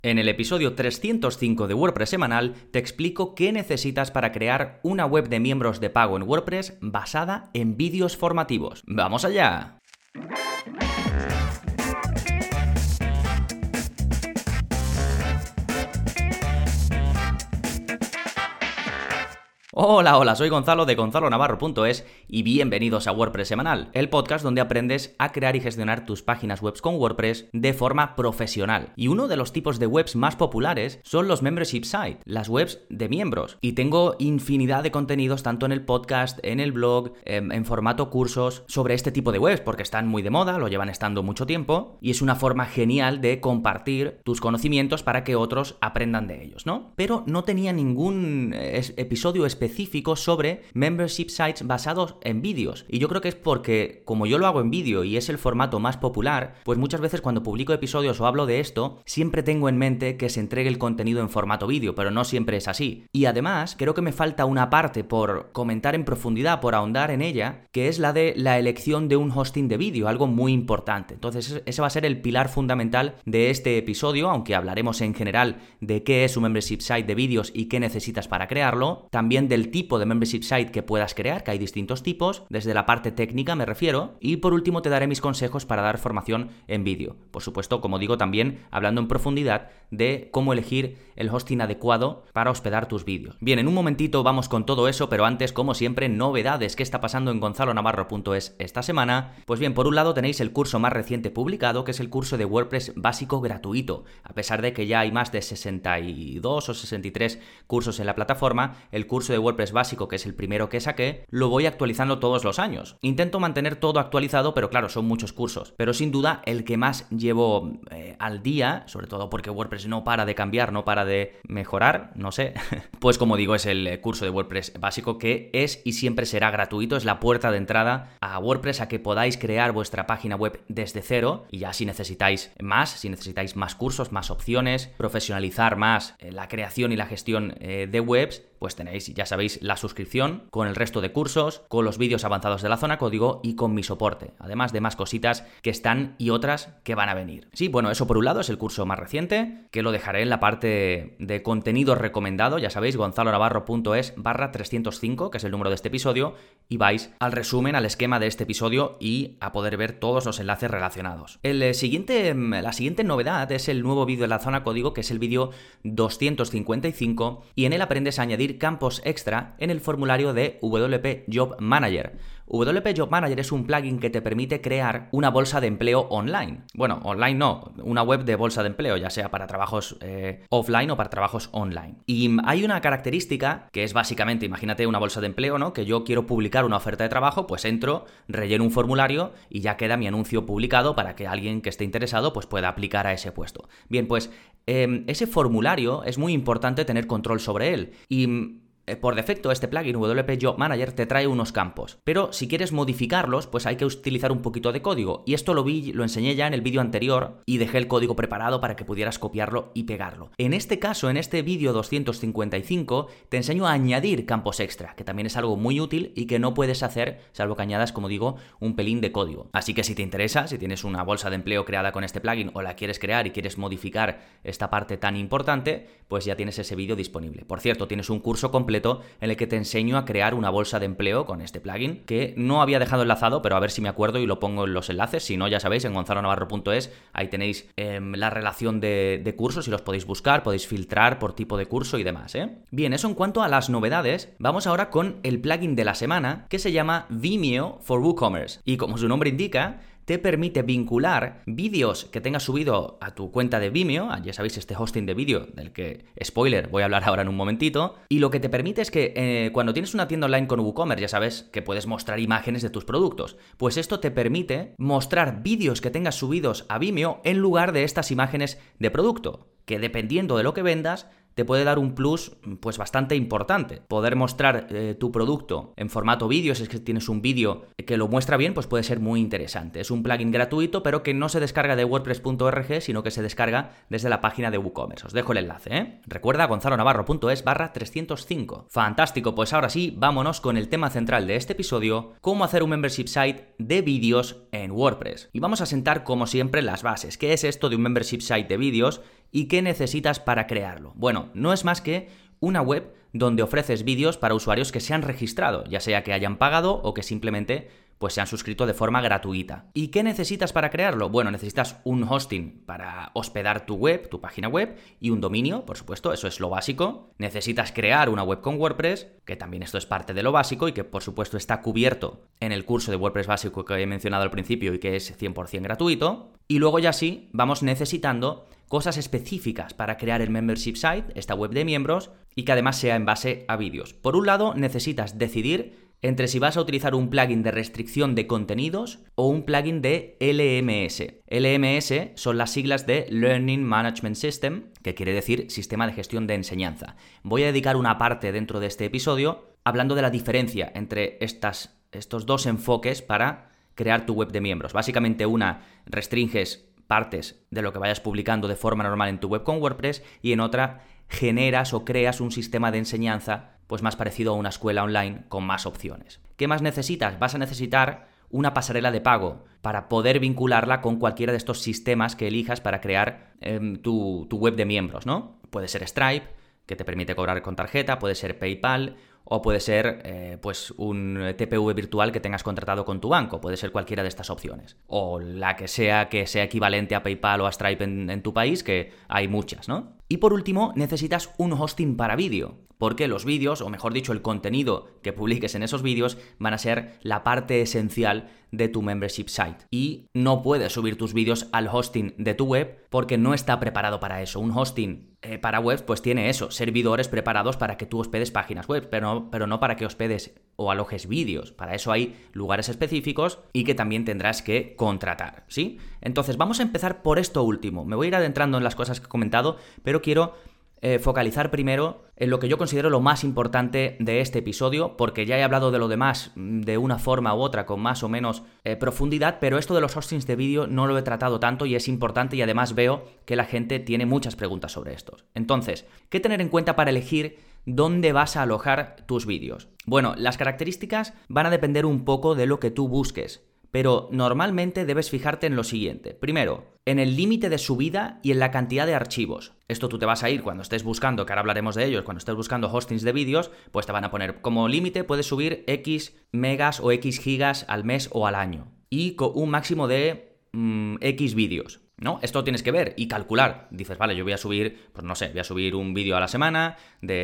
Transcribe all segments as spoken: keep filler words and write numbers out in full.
En el episodio trescientos cinco de WordPress Semanal te explico qué necesitas para crear una web de miembros de pago en WordPress basada en vídeos formativos. ¡Vamos allá! Hola, hola, soy Gonzalo de gonzalo navarro punto es y bienvenidos a WordPress Semanal, el podcast donde aprendes a crear y gestionar tus páginas web con WordPress de forma profesional. Y uno de los tipos de webs más populares son los membership sites, las webs de miembros. Y tengo infinidad de contenidos tanto en el podcast, en el blog, en, en formato cursos sobre este tipo de webs porque están muy de moda, lo llevan estando mucho tiempo y es una forma genial de compartir tus conocimientos para que otros aprendan de ellos, ¿no? Pero no tenía ningún es, episodio específico específico sobre membership sites basados en vídeos. Y yo creo que es porque, como yo lo hago en vídeo y es el formato más popular, pues muchas veces cuando publico episodios o hablo de esto, siempre tengo en mente que se entregue el contenido en formato vídeo, pero no siempre es así. Y además, creo que me falta una parte por comentar en profundidad, por ahondar en ella, que es la de la elección de un hosting de vídeo, algo muy importante. Entonces, ese va a ser el pilar fundamental de este episodio, aunque hablaremos en general de qué es un membership site de vídeos y qué necesitas para crearlo, también del tipo de membership site que puedas crear, que hay distintos tipos, desde la parte técnica me refiero, y por último te daré mis consejos para dar formación en vídeo. Por supuesto, como digo, también hablando en profundidad de cómo elegir el hosting adecuado para hospedar tus vídeos. Bien, en un momentito vamos con todo eso, pero antes, como siempre, novedades. ¿Qué está pasando en gonzalo navarro punto es esta semana? Pues bien, por un lado tenéis el curso más reciente publicado, que es el curso de WordPress básico gratuito. A pesar de que ya hay más de sesenta y dos o sesenta y tres cursos en la plataforma, el curso de WordPress básico, que es el primero que saqué, lo voy actualizando todos los años. Intento mantener todo actualizado, pero claro, son muchos cursos. Pero sin duda, el que más llevo eh, al día, sobre todo porque WordPress no para de cambiar, no para de mejorar, no sé, pues como digo, es el curso de WordPress básico, que es y siempre será gratuito, es la puerta de entrada a WordPress, a que podáis crear vuestra página web desde cero, y ya si necesitáis más, si necesitáis más cursos, más opciones, profesionalizar más eh, la creación y la gestión eh, de webs, pues tenéis, ya sabéis, la suscripción con el resto de cursos, con los vídeos avanzados de la zona código y con mi soporte, además de más cositas que están y otras que van a venir. Sí, bueno, eso por un lado es el curso más reciente, que lo dejaré en la parte de contenido recomendado, ya sabéis, gonzalo navarro punto es barra trescientos cinco, que es el número de este episodio, y vais al resumen, al esquema de este episodio y a poder ver todos los enlaces relacionados. El siguiente, la siguiente novedad es el nuevo vídeo de la zona código, que es el vídeo doscientos cincuenta y cinco, y en él aprendes a añadir campos extra en el formulario de W P Job Manager. W P Job Manager es un plugin que te permite crear una bolsa de empleo online. Bueno, online no, una web de bolsa de empleo, ya sea para trabajos eh, offline o para trabajos online. Y hay una característica que es básicamente, imagínate una bolsa de empleo, ¿no? Que yo quiero publicar una oferta de trabajo, pues entro, relleno un formulario y ya queda mi anuncio publicado para que alguien que esté interesado pues pueda aplicar a ese puesto. Bien, pues eh, ese formulario es muy importante tener control sobre él. Y por defecto, este plugin W P Job Manager te trae unos campos, pero si quieres modificarlos, pues hay que utilizar un poquito de código, y esto lo vi, lo enseñé ya en el vídeo anterior y dejé el código preparado para que pudieras copiarlo y pegarlo. En este caso, en este vídeo doscientos cincuenta y cinco, te enseño a añadir campos extra, que también es algo muy útil y que no puedes hacer, salvo que añadas, como digo, un pelín de código. Así que si te interesa, si tienes una bolsa de empleo creada con este plugin o la quieres crear y quieres modificar esta parte tan importante, pues ya tienes ese vídeo disponible. Por cierto, tienes un curso completo en el que te enseño a crear una bolsa de empleo con este plugin, que no había dejado enlazado, pero a ver si me acuerdo y lo pongo en los enlaces. Si no, ya sabéis, en gonzalo navarro punto es, ahí tenéis eh, la relación de, de cursos y los podéis buscar, podéis filtrar por tipo de curso y demás, ¿eh? Bien, eso en cuanto a las novedades. Vamos ahora con el plugin de la semana, que se llama Vimeo for WooCommerce, y como su nombre indica, te permite vincular vídeos que tengas subido a tu cuenta de Vimeo, ya sabéis, este hosting de vídeo del que, spoiler, voy a hablar ahora en un momentito, y lo que te permite es que eh, cuando tienes una tienda online con WooCommerce, ya sabes que puedes mostrar imágenes de tus productos, pues esto te permite mostrar vídeos que tengas subidos a Vimeo en lugar de estas imágenes de producto, que dependiendo de lo que vendas, te puede dar un plus pues bastante importante. Poder mostrar eh, tu producto en formato vídeo, si es que tienes un vídeo que lo muestra bien, pues puede ser muy interesante. Es un plugin gratuito, pero que no se descarga de wordpress punto org, sino que se descarga desde la página de WooCommerce. Os dejo el enlace, ¿eh? Recuerda, gonzalo navarro punto es barra trescientos cinco. Fantástico, pues ahora sí, vámonos con el tema central de este episodio, cómo hacer un membership site de vídeos en WordPress. Y vamos a sentar, como siempre, las bases. ¿Qué es esto de un membership site de vídeos? ¿Y qué necesitas para crearlo? Bueno, no es más que una web donde ofreces vídeos para usuarios que se han registrado, ya sea que hayan pagado o que simplemente pues se han suscrito de forma gratuita. ¿Y qué necesitas para crearlo? Bueno, necesitas un hosting para hospedar tu web, tu página web, y un dominio, por supuesto, eso es lo básico. Necesitas crear una web con WordPress, que también esto es parte de lo básico y que por supuesto está cubierto en el curso de WordPress básico que he mencionado al principio y que es cien por ciento gratuito. Y luego ya sí, vamos necesitando cosas específicas para crear el membership site, esta web de miembros, y que además sea en base a vídeos. Por un lado, necesitas decidir entre si vas a utilizar un plugin de restricción de contenidos o un plugin de L M S. L M S son las siglas de Learning Management System, que quiere decir Sistema de Gestión de Enseñanza. Voy a dedicar una parte dentro de este episodio hablando de la diferencia entre estas, estos dos enfoques para crear tu web de miembros. Básicamente una, restringes partes de lo que vayas publicando de forma normal en tu web con WordPress, y en otra generas o creas un sistema de enseñanza pues más parecido a una escuela online con más opciones. ¿Qué más necesitas? Vas a necesitar una pasarela de pago para poder vincularla con cualquiera de estos sistemas que elijas para crear eh, tu, tu web de miembros, ¿no? Puede ser Stripe, que te permite cobrar con tarjeta, puede ser PayPal, o puede ser eh, pues un T P V virtual que tengas contratado con tu banco. Puede ser cualquiera de estas opciones. O la que sea que sea equivalente a PayPal o a Stripe en, en tu país, que hay muchas, ¿no? Y por último, necesitas un hosting para vídeo, porque los vídeos, o mejor dicho, el contenido que publiques en esos vídeos van a ser la parte esencial de tu membership site. Y no puedes subir tus vídeos al hosting de tu web porque no está preparado para eso. Un hosting eh, para webs pues tiene eso, servidores preparados para que tú hospedes páginas web, pero no, pero no para que hospedes o alojes vídeos. Para eso hay lugares específicos y que también tendrás que contratar, ¿sí? Entonces vamos a empezar por esto último. Me voy a ir adentrando en las cosas que he comentado, pero quiero eh, focalizar primero en lo que yo considero lo más importante de este episodio, porque ya he hablado de lo demás de una forma u otra con más o menos eh, profundidad, pero esto de los hostings de vídeo no lo he tratado tanto y es importante, y además veo que la gente tiene muchas preguntas sobre estos. Entonces, ¿qué tener en cuenta para elegir dónde vas a alojar tus vídeos? Bueno, las características van a depender un poco de lo que tú busques, pero normalmente debes fijarte en lo siguiente. Primero, en el límite de subida y en la cantidad de archivos. Esto tú te vas a ir cuando estés buscando, que ahora hablaremos de ellos, cuando estés buscando hostings de vídeos, pues te van a poner como límite puedes subir X megas o X gigas al mes o al año. Y con un máximo de mmm, X vídeos, ¿no? Esto tienes que ver y calcular. Dices, vale, yo voy a subir, pues no sé, voy a subir un vídeo a la semana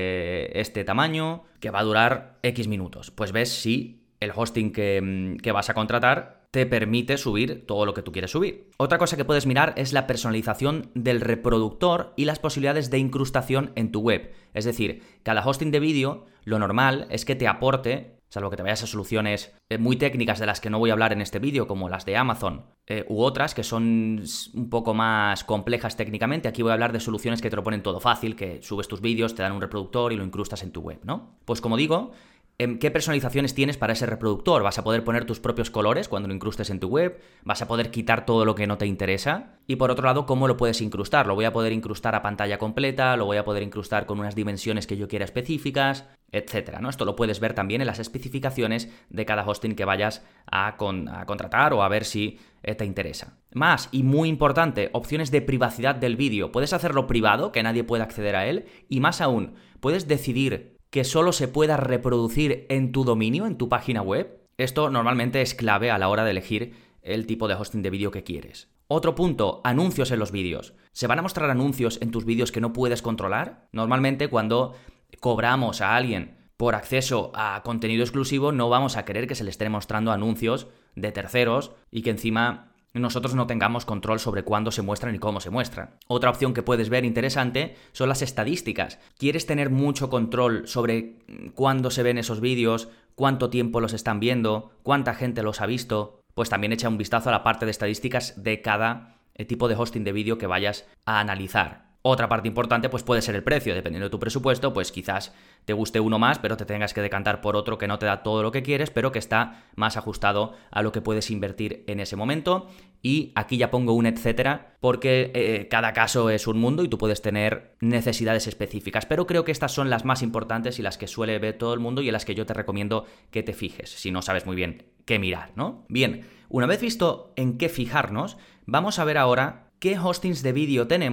de este tamaño que va a durar X minutos. Pues ves si el hosting que, que vas a contratar te permite subir todo lo que tú quieres subir. Otra cosa que puedes mirar es la personalización del reproductor y las posibilidades de incrustación en tu web. Es decir, cada hosting de vídeo, lo normal es que te aporte, salvo que te vayas a soluciones muy técnicas de las que no voy a hablar en este vídeo, como las de Amazon eh, u otras que son un poco más complejas técnicamente. Aquí voy a hablar de soluciones que te lo ponen todo fácil, que subes tus vídeos, te dan un reproductor y lo incrustas en tu web, ¿no? Pues como digo, ¿qué personalizaciones tienes para ese reproductor? ¿Vas a poder poner tus propios colores cuando lo incrustes en tu web? ¿Vas a poder quitar todo lo que no te interesa? Y por otro lado, ¿cómo lo puedes incrustar? ¿Lo voy a poder incrustar a pantalla completa? ¿Lo voy a poder incrustar con unas dimensiones que yo quiera específicas? Etcétera, ¿no? Esto lo puedes ver también en las especificaciones de cada hosting que vayas a, con, a contratar o a ver si eh, te interesa. Más, y muy importante, opciones de privacidad del vídeo. Puedes hacerlo privado, que nadie pueda acceder a él, y más aún, puedes decidir que solo se pueda reproducir en tu dominio, en tu página web. Esto normalmente es clave a la hora de elegir el tipo de hosting de vídeo que quieres. Otro punto, anuncios en los vídeos. ¿Se van a mostrar anuncios en tus vídeos que no puedes controlar? Normalmente cuando cobramos a alguien por acceso a contenido exclusivo, no vamos a querer que se le estén mostrando anuncios de terceros y que encima nosotros no tengamos control sobre cuándo se muestran y cómo se muestran. Otra opción que puedes ver interesante son las estadísticas. ¿Quieres tener mucho control sobre cuándo se ven esos vídeos, cuánto tiempo los están viendo, cuánta gente los ha visto? Pues también echa un vistazo a la parte de estadísticas de cada tipo de hosting de vídeo que vayas a analizar. Otra parte importante pues puede ser el precio. Dependiendo de tu presupuesto, pues quizás te guste uno más, pero te tengas que decantar por otro que no te da todo lo que quieres, pero que está más ajustado a lo que puedes invertir en ese momento. Y aquí ya pongo un etcétera, porque eh, cada caso es un mundo y tú puedes tener necesidades específicas. Pero creo que estas son las más importantes y las que suele ver todo el mundo y en las que yo te recomiendo que te fijes, si no sabes muy bien qué mirar, ¿no? Bien, una vez visto en qué fijarnos, vamos a ver ahora qué hostings de vídeo tenemos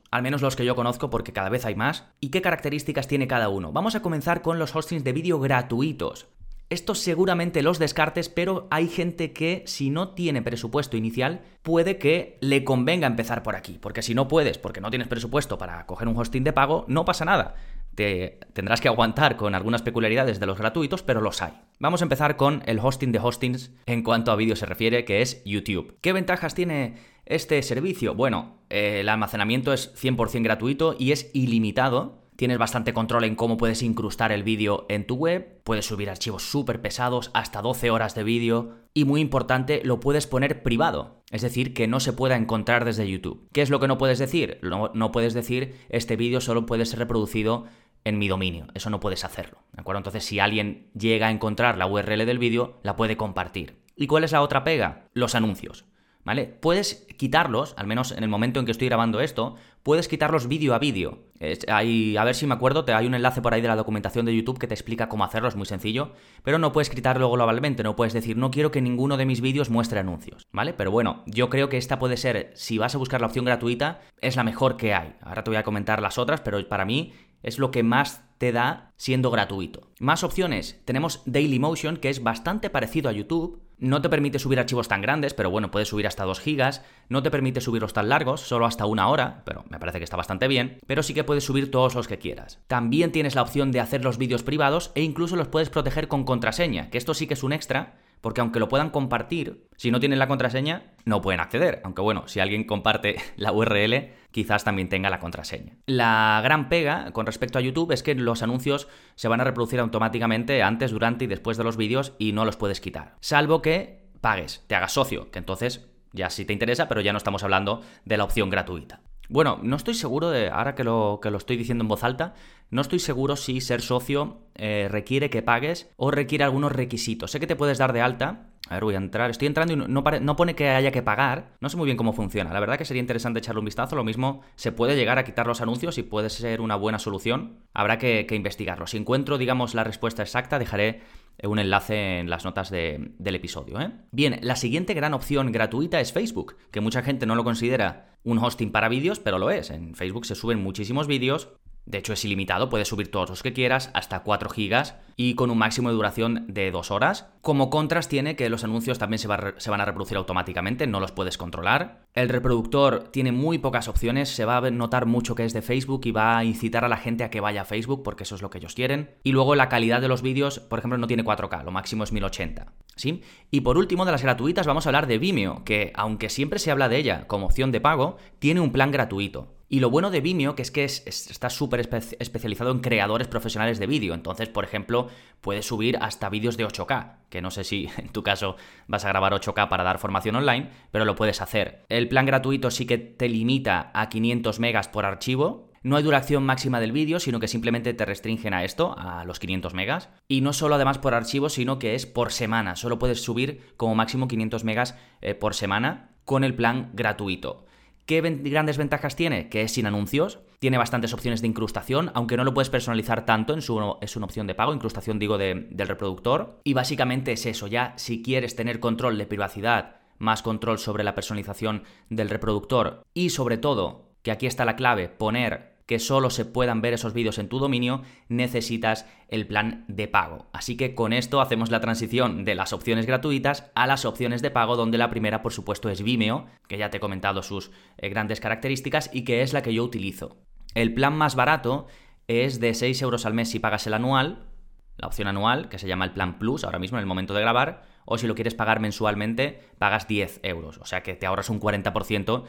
al menos los que yo conozco porque cada vez hay más. ¿Y qué características tiene cada uno? Vamos a comenzar con los hostings de vídeo gratuitos. Estos seguramente los descartes, pero hay gente que si no tiene presupuesto inicial, puede que le convenga empezar por aquí. Porque si no puedes, porque no tienes presupuesto para coger un hosting de pago, no pasa nada. Te tendrás que aguantar con algunas peculiaridades de los gratuitos, pero los hay. Vamos a empezar con el hosting de hostings en cuanto a vídeo se refiere, que es YouTube. ¿Qué ventajas tiene este servicio? Bueno, eh, el almacenamiento es cien por ciento gratuito y es ilimitado. Tienes bastante control en cómo puedes incrustar el vídeo en tu web, puedes subir archivos súper pesados, hasta doce horas de vídeo, y muy importante, lo puedes poner privado, es decir, que no se pueda encontrar desde YouTube. ¿Qué es lo que no puedes decir? No, no puedes decir, este vídeo solo puede ser reproducido en mi dominio, eso no puedes hacerlo, ¿de acuerdo? Entonces, si alguien llega a encontrar la U R L del vídeo, la puede compartir. ¿Y cuál es la otra pega? Los anuncios. ¿Vale? Puedes quitarlos, al menos en el momento en que estoy grabando esto, puedes quitarlos vídeo a vídeo. Es, hay, a ver si me acuerdo, te, hay un enlace por ahí de la documentación de YouTube que te explica cómo hacerlo, es muy sencillo, pero no puedes quitarlo globalmente, no puedes decir, no quiero que ninguno de mis vídeos muestre anuncios, ¿vale? Pero bueno, yo creo que esta puede ser, si vas a buscar la opción gratuita, es la mejor que hay. Ahora te voy a comentar las otras, pero para mí es lo que más te da siendo gratuito. Más opciones, tenemos Dailymotion, que es bastante parecido a YouTube. No te permite subir archivos tan grandes, pero bueno, puedes subir hasta dos gigas. No te permite subirlos tan largos, solo hasta una hora, pero me parece que está bastante bien. Pero sí que puedes subir todos los que quieras. También tienes la opción de hacer los vídeos privados e incluso los puedes proteger con contraseña, que esto sí que es un extra, porque aunque lo puedan compartir, si no tienen la contraseña, no pueden acceder. Aunque bueno, si alguien comparte la U R L, quizás también tenga la contraseña. La gran pega con respecto a YouTube es que los anuncios se van a reproducir automáticamente antes, durante y después de los vídeos y no los puedes quitar. Salvo que pagues, te hagas socio, que entonces ya sí te interesa, pero ya no estamos hablando de la opción gratuita. Bueno, no estoy seguro de, ahora que lo, que lo estoy diciendo en voz alta, no estoy seguro si ser socio eh, requiere que pagues o requiere algunos requisitos. Sé que te puedes dar de alta. A ver, voy a entrar. Estoy entrando y no, pare, no pone que haya que pagar. No sé muy bien cómo funciona. La verdad que sería interesante echarle un vistazo. Lo mismo, se puede llegar a quitar los anuncios y puede ser una buena solución. Habrá que, que investigarlo. Si encuentro, digamos, la respuesta exacta, dejaré un enlace en las notas de, del episodio, ¿eh? Bien, la siguiente gran opción gratuita es Facebook, que mucha gente no lo considera un hosting para vídeos, pero lo es. En Facebook se suben muchísimos vídeos. De hecho, es ilimitado, puedes subir todos los que quieras, hasta cuatro gigas y con un máximo de duración de dos horas. Como contras tiene que los anuncios también se, va, se van a reproducir automáticamente, no los puedes controlar. El reproductor tiene muy pocas opciones, se va a notar mucho que es de Facebook y va a incitar a la gente a que vaya a Facebook porque eso es lo que ellos quieren. Y luego la calidad de los vídeos, por ejemplo, no tiene cuatro K, lo máximo es mil ochenta. ¿Sí? Y por último, de las gratuitas vamos a hablar de Vimeo, que aunque siempre se habla de ella como opción de pago, tiene un plan gratuito. Y lo bueno de Vimeo que es que es, es, está súper espe- especializado en creadores profesionales de vídeo. Entonces, por ejemplo, puedes subir hasta vídeos de ocho K, que no sé si en tu caso vas a grabar ocho K para dar formación online, pero lo puedes hacer. El plan gratuito sí que te limita a quinientos megas por archivo. No hay duración máxima del vídeo, sino que simplemente te restringen a esto, a los quinientos megas. Y no solo además por archivo, sino que es por semana. Solo puedes subir como máximo quinientos megas eh, por semana con el plan gratuito. ¿Qué grandes ventajas tiene? Que es sin anuncios, tiene bastantes opciones de incrustación, aunque no lo puedes personalizar tanto, en su, es una opción de pago, incrustación digo de, del reproductor. Y básicamente es eso, ya si quieres tener control de privacidad, más control sobre la personalización del reproductor y sobre todo, que aquí está la clave, poner que solo se puedan ver esos vídeos en tu dominio, necesitas el plan de pago. Así que con esto hacemos la transición de las opciones gratuitas a las opciones de pago, donde la primera, por supuesto, es Vimeo, que ya te he comentado sus eh, grandes características y que es la que yo utilizo. El plan más barato es de seis euros al mes si pagas el anual, la opción anual, que se llama el plan Plus ahora mismo en el momento de grabar, o si lo quieres pagar mensualmente, pagas diez euros. O sea que te ahorras un cuarenta por ciento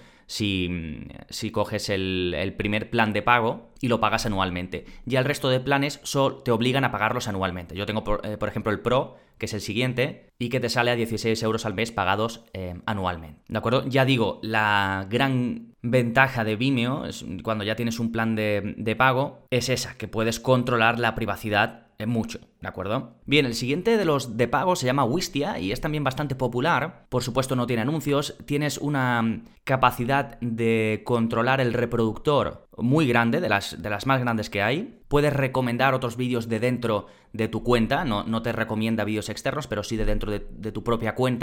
si, si coges el, el primer plan de pago y lo pagas anualmente. Ya el resto de planes solo te obligan a pagarlos anualmente. Yo tengo, por, eh, por ejemplo, el Pro, que es el siguiente, y que te sale a dieciséis euros al mes pagados eh, anualmente. ¿De acuerdo? Ya digo, la gran ventaja de Vimeo, es cuando ya tienes un plan de, de pago, es esa, que puedes controlar la privacidad mucho, ¿de acuerdo? Bien, el siguiente de los de pago se llama Wistia y es también bastante popular. Por supuesto no tiene anuncios, tienes una capacidad de controlar el reproductor muy grande, de las, de las más grandes que hay. Puedes recomendar otros vídeos de dentro de tu cuenta, no, no te recomienda vídeos externos, pero sí de dentro de, de tu propia cuenta,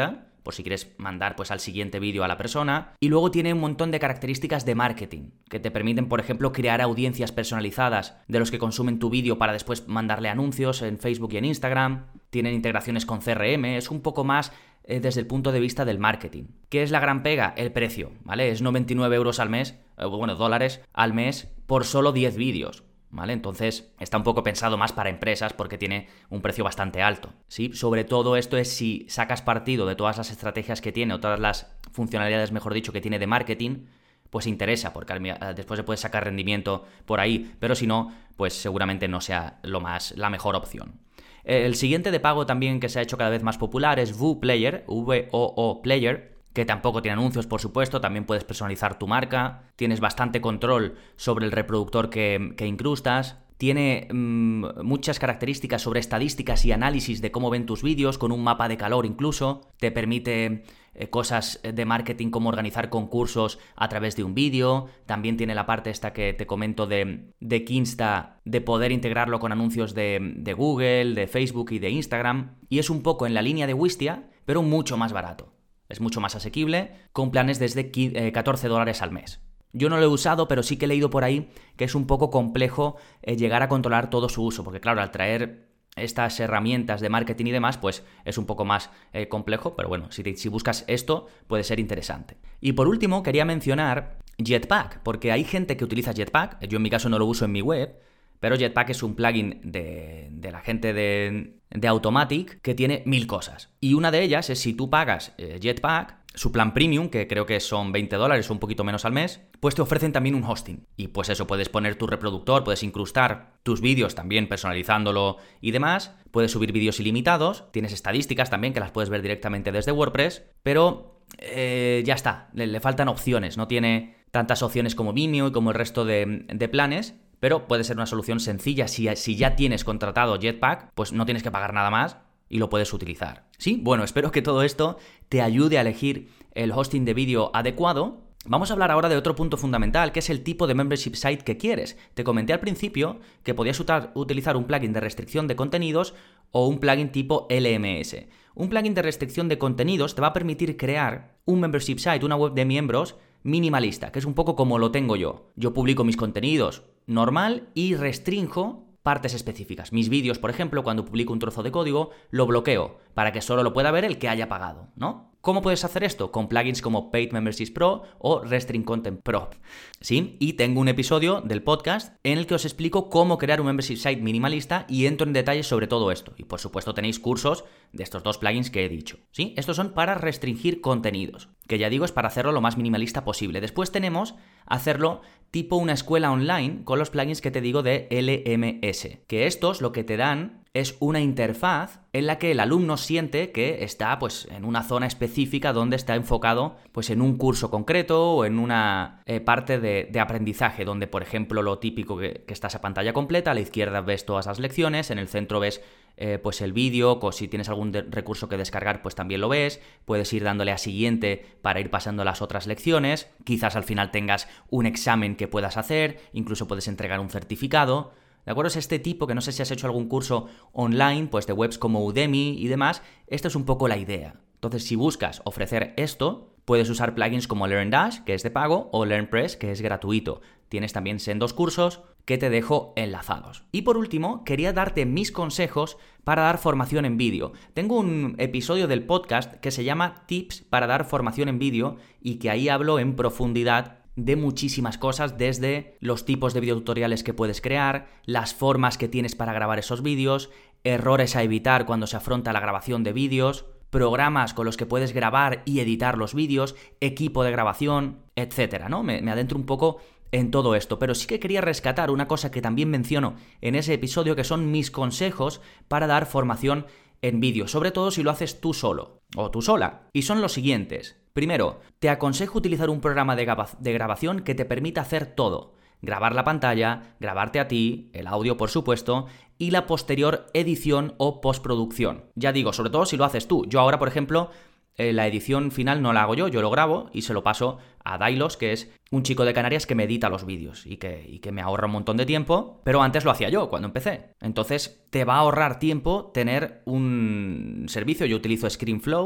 por si quieres mandar pues al siguiente vídeo a la persona. Y luego tiene un montón de características de marketing, que te permiten, por ejemplo, crear audiencias personalizadas de los que consumen tu vídeo para después mandarle anuncios en Facebook y en Instagram. Tienen integraciones con C R M, es un poco más eh, desde el punto de vista del marketing. ¿Qué es la gran pega? El precio, ¿vale? Es noventa y nueve euros al mes, eh, bueno, dólares al mes por solo diez vídeos. ¿Vale? Entonces está un poco pensado más para empresas porque tiene un precio bastante alto, ¿sí? Sobre todo esto es si sacas partido de todas las estrategias que tiene o todas las funcionalidades, mejor dicho, que tiene de marketing, pues interesa porque después se puede sacar rendimiento por ahí, pero si no, pues seguramente no sea lo más, la mejor opción. El siguiente de pago también que se ha hecho cada vez más popular es Voo Player, V O O Player, que tampoco tiene anuncios, por supuesto, también puedes personalizar tu marca, tienes bastante control sobre el reproductor que, que incrustas, tiene mmm, muchas características sobre estadísticas y análisis de cómo ven tus vídeos, con un mapa de calor incluso, te permite eh, cosas de marketing como organizar concursos a través de un vídeo, también tiene la parte esta que te comento de, de Kinsta, de poder integrarlo con anuncios de, de Google, de Facebook y de Instagram, y es un poco en la línea de Wistia, pero mucho más barato. Es mucho más asequible, con planes desde catorce dólares al mes. Yo no lo he usado, pero sí que he leído por ahí que es un poco complejo eh, llegar a controlar todo su uso, porque claro, al traer estas herramientas de marketing y demás, pues es un poco más eh, complejo, pero bueno, si, te, si buscas esto puede ser interesante. Y por último, quería mencionar Jetpack, porque hay gente que utiliza Jetpack, yo en mi caso no lo uso en mi web, pero Jetpack es un plugin de, de la gente de, de Automatic que tiene mil cosas. Y una de ellas es si tú pagas eh, Jetpack, su plan premium, que creo que son veinte dólares o un poquito menos al mes, pues te ofrecen también un hosting. Y pues eso, puedes poner tu reproductor, puedes incrustar tus vídeos también personalizándolo y demás, puedes subir vídeos ilimitados, tienes estadísticas también que las puedes ver directamente desde WordPress, pero eh, ya está, le, le faltan opciones, no tiene tantas opciones como Vimeo y como el resto de, de planes, pero puede ser una solución sencilla. Si, si ya tienes contratado Jetpack, pues no tienes que pagar nada más y lo puedes utilizar. Sí, bueno, espero que todo esto te ayude a elegir el hosting de vídeo adecuado. Vamos a hablar ahora de otro punto fundamental, que es el tipo de membership site que quieres. Te comenté al principio que podías utilizar un plugin de restricción de contenidos o un plugin tipo L M S. Un plugin de restricción de contenidos te va a permitir crear un membership site, una web de miembros minimalista, que es un poco como lo tengo yo. Yo publico mis contenidos normal y restrinjo partes específicas. Mis vídeos, por ejemplo, cuando publico un trozo de código, lo bloqueo para que solo lo pueda ver el que haya pagado, ¿no? ¿Cómo puedes hacer esto? Con plugins como Paid Memberships Pro o Restrict Content Pro. ¿Sí? Y tengo un episodio del podcast en el que os explico cómo crear un membership site minimalista y entro en detalles sobre todo esto. Y por supuesto tenéis cursos de estos dos plugins que he dicho. ¿Sí? Estos son para restringir contenidos, que ya digo es para hacerlo lo más minimalista posible. Después tenemos hacerlo tipo una escuela online con los plugins que te digo de L M S, que estos lo que te dan es una interfaz en la que el alumno siente que está pues en una zona específica donde está enfocado pues en un curso concreto o en una eh, parte de, de aprendizaje, donde por ejemplo lo típico que, que está esa pantalla completa, a la izquierda ves todas las lecciones, en el centro ves eh, pues el vídeo, o si tienes algún de- recurso que descargar pues también lo ves, puedes ir dándole a siguiente para ir pasando las otras lecciones, quizás al final tengas un examen que puedas hacer, incluso puedes entregar un certificado. ¿De acuerdo? Es este tipo que no sé si has hecho algún curso online, pues de webs como Udemy y demás. Esto es un poco la idea. Entonces, si buscas ofrecer esto, puedes usar plugins como LearnDash, que es de pago, o LearnPress, que es gratuito. Tienes también sendos cursos que te dejo enlazados. Y por último, quería darte mis consejos para dar formación en vídeo. Tengo un episodio del podcast que se llama Tips para dar formación en vídeo y que ahí hablo en profundidad de muchísimas cosas, desde los tipos de videotutoriales que puedes crear, las formas que tienes para grabar esos vídeos, errores a evitar cuando se afronta la grabación de vídeos, programas con los que puedes grabar y editar los vídeos, equipo de grabación, etcétera, ¿no? Me, me adentro un poco en todo esto, pero sí que quería rescatar una cosa que también menciono en ese episodio, que son mis consejos para dar formación en vídeo, sobre todo si lo haces tú solo o tú sola, y son los siguientes. Primero, te aconsejo utilizar un programa de, graba- de grabación que te permita hacer todo. Grabar la pantalla, grabarte a ti, el audio por supuesto, y la posterior edición o postproducción. Ya digo, sobre todo si lo haces tú. Yo ahora, por ejemplo, eh, la edición final no la hago yo, yo lo grabo y se lo paso a Dailos, que es un chico de Canarias que me edita los vídeos y que, y que me ahorra un montón de tiempo, pero antes lo hacía yo cuando empecé. Entonces te va a ahorrar tiempo tener un servicio. Yo utilizo ScreenFlow,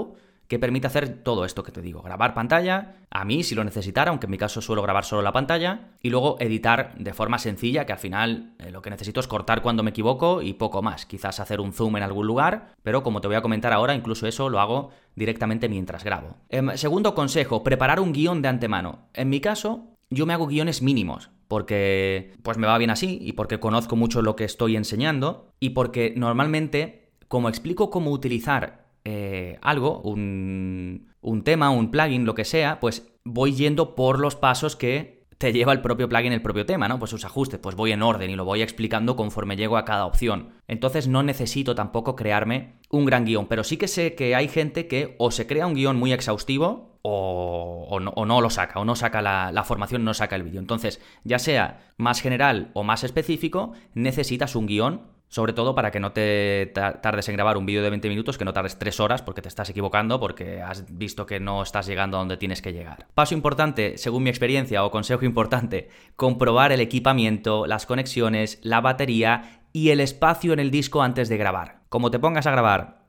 que permite hacer todo esto que te digo. Grabar pantalla, a mí si lo necesitara, aunque en mi caso suelo grabar solo la pantalla, y luego editar de forma sencilla, que al final eh, lo que necesito es cortar cuando me equivoco y poco más. Quizás hacer un zoom en algún lugar, pero como te voy a comentar ahora, incluso eso lo hago directamente mientras grabo. Eh, segundo consejo, preparar un guión de antemano. En mi caso, yo me hago guiones mínimos, porque pues me va bien así, y porque conozco mucho lo que estoy enseñando, y porque normalmente, como explico cómo utilizar Eh, algo, un, un tema, un plugin, lo que sea, pues voy yendo por los pasos que te lleva el propio plugin, el propio tema, ¿no? Pues sus ajustes, pues voy en orden y lo voy explicando conforme llego a cada opción. Entonces no necesito tampoco crearme un gran guión, pero sí que sé que hay gente que o se crea un guión muy exhaustivo o, o, no, o no lo saca, o no saca la, la formación, no saca el vídeo. Entonces, ya sea más general o más específico, necesitas un guión. Sobre todo para que no te tardes en grabar un vídeo de veinte minutos, que no tardes tres horas porque te estás equivocando, porque has visto que no estás llegando a donde tienes que llegar. Paso importante, según mi experiencia, o consejo importante, comprobar el equipamiento, las conexiones, la batería y el espacio en el disco antes de grabar. Como te pongas a grabar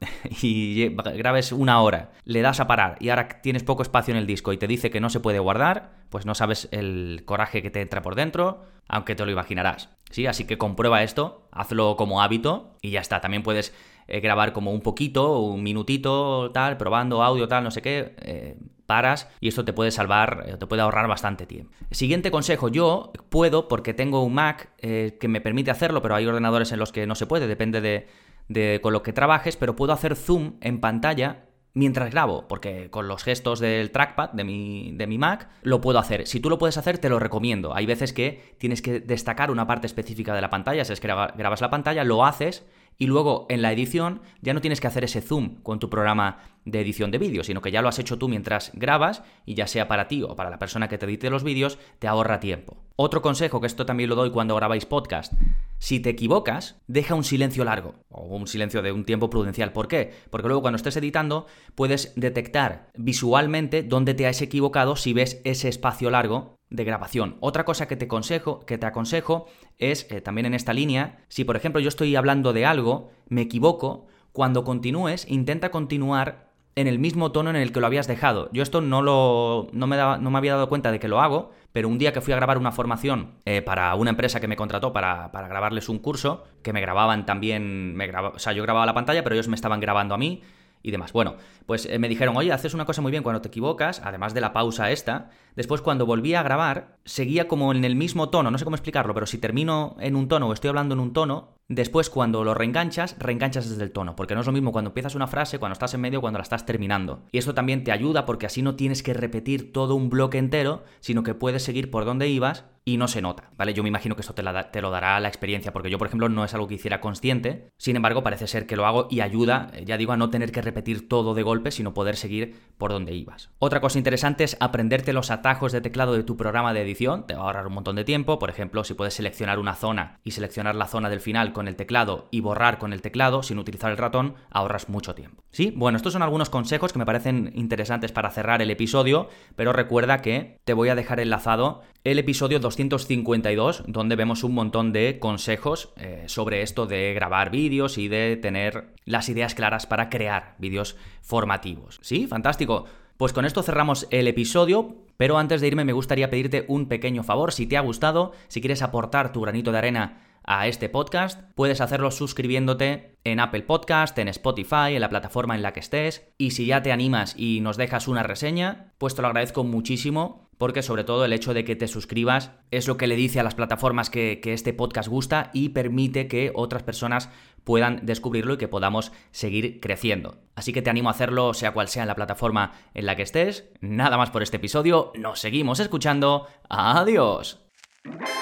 y grabes una hora, le das a parar y ahora tienes poco espacio en el disco y te dice que no se puede guardar, pues no sabes el coraje que te entra por dentro, aunque te lo imaginarás. ¿Sí? Así que comprueba esto, hazlo como hábito y ya está. También puedes eh, grabar como un poquito, un minutito, tal, probando audio, tal, no sé qué, eh, paras y esto te puede salvar, eh, te puede ahorrar bastante tiempo. Siguiente consejo, yo puedo, porque tengo un Mac eh, que me permite hacerlo, pero hay ordenadores en los que no se puede, depende de, de con lo que trabajes, pero puedo hacer zoom en pantalla mientras grabo, porque con los gestos del trackpad de mi, de mi Mac lo puedo hacer. Si tú lo puedes hacer, te lo recomiendo. Hay veces que tienes que destacar una parte específica de la pantalla, si es que grabas la pantalla, lo haces y luego en la edición ya no tienes que hacer ese zoom con tu programa de edición de vídeo, sino que ya lo has hecho tú mientras grabas y ya sea para ti o para la persona que te edite los vídeos, te ahorra tiempo. Otro consejo, que esto también lo doy cuando grabáis podcast: si te equivocas, deja un silencio largo o un silencio de un tiempo prudencial. ¿Por qué? Porque luego cuando estés editando puedes detectar visualmente dónde te has equivocado si ves ese espacio largo de grabación. Otra cosa que te aconsejo, que te aconsejo es, eh, también en esta línea, si por ejemplo yo estoy hablando de algo, me equivoco, cuando continúes, intenta continuar en el mismo tono en el que lo habías dejado. Yo esto no lo no me, daba, no me había dado cuenta de que lo hago, pero un día que fui a grabar una formación eh, para una empresa que me contrató para, para grabarles un curso, que me grababan también, me graba, o sea, yo grababa la pantalla, pero ellos me estaban grabando a mí y demás. Bueno, pues eh, me dijeron, oye, haces una cosa muy bien cuando te equivocas, además de la pausa esta. Después, cuando volví a grabar, seguía como en el mismo tono, no sé cómo explicarlo, pero si termino en un tono o estoy hablando en un tono, después cuando lo reenganchas, reenganchas desde el tono, porque no es lo mismo cuando empiezas una frase, cuando estás en medio, cuando la estás terminando. Y esto también te ayuda porque así no tienes que repetir todo un bloque entero, sino que puedes seguir por donde ibas y no se nota, ¿vale? Yo me imagino que esto te, la, te lo dará la experiencia, porque yo, por ejemplo, no es algo que hiciera consciente, sin embargo, parece ser que lo hago y ayuda, ya digo, a no tener que repetir todo de golpe, sino poder seguir por donde ibas. Otra cosa interesante es aprenderte los atajos de teclado de tu programa de edición, te va a ahorrar un montón de tiempo. Por ejemplo, si puedes seleccionar una zona y seleccionar la zona del final con el teclado y borrar con el teclado sin utilizar el ratón, ahorras mucho tiempo. ¿Sí? Bueno, estos son algunos consejos que me parecen interesantes para cerrar el episodio, pero recuerda que te voy a dejar enlazado el episodio doscientos cincuenta y dos, donde vemos un montón de consejos eh, sobre esto de grabar vídeos y de tener las ideas claras para crear vídeos formativos. ¿Sí? Fantástico. Pues con esto cerramos el episodio, pero antes de irme me gustaría pedirte un pequeño favor. Si te ha gustado, si quieres aportar tu granito de arena a este podcast, puedes hacerlo suscribiéndote en Apple Podcast, en Spotify, en la plataforma en la que estés. Y si ya te animas y nos dejas una reseña, pues te lo agradezco muchísimo, porque sobre todo el hecho de que te suscribas es lo que le dice a las plataformas que, que este podcast gusta y permite que otras personas puedan descubrirlo y que podamos seguir creciendo. Así que te animo a hacerlo, sea cual sea en la plataforma en la que estés. Nada más por este episodio, nos seguimos escuchando. ¡Adiós!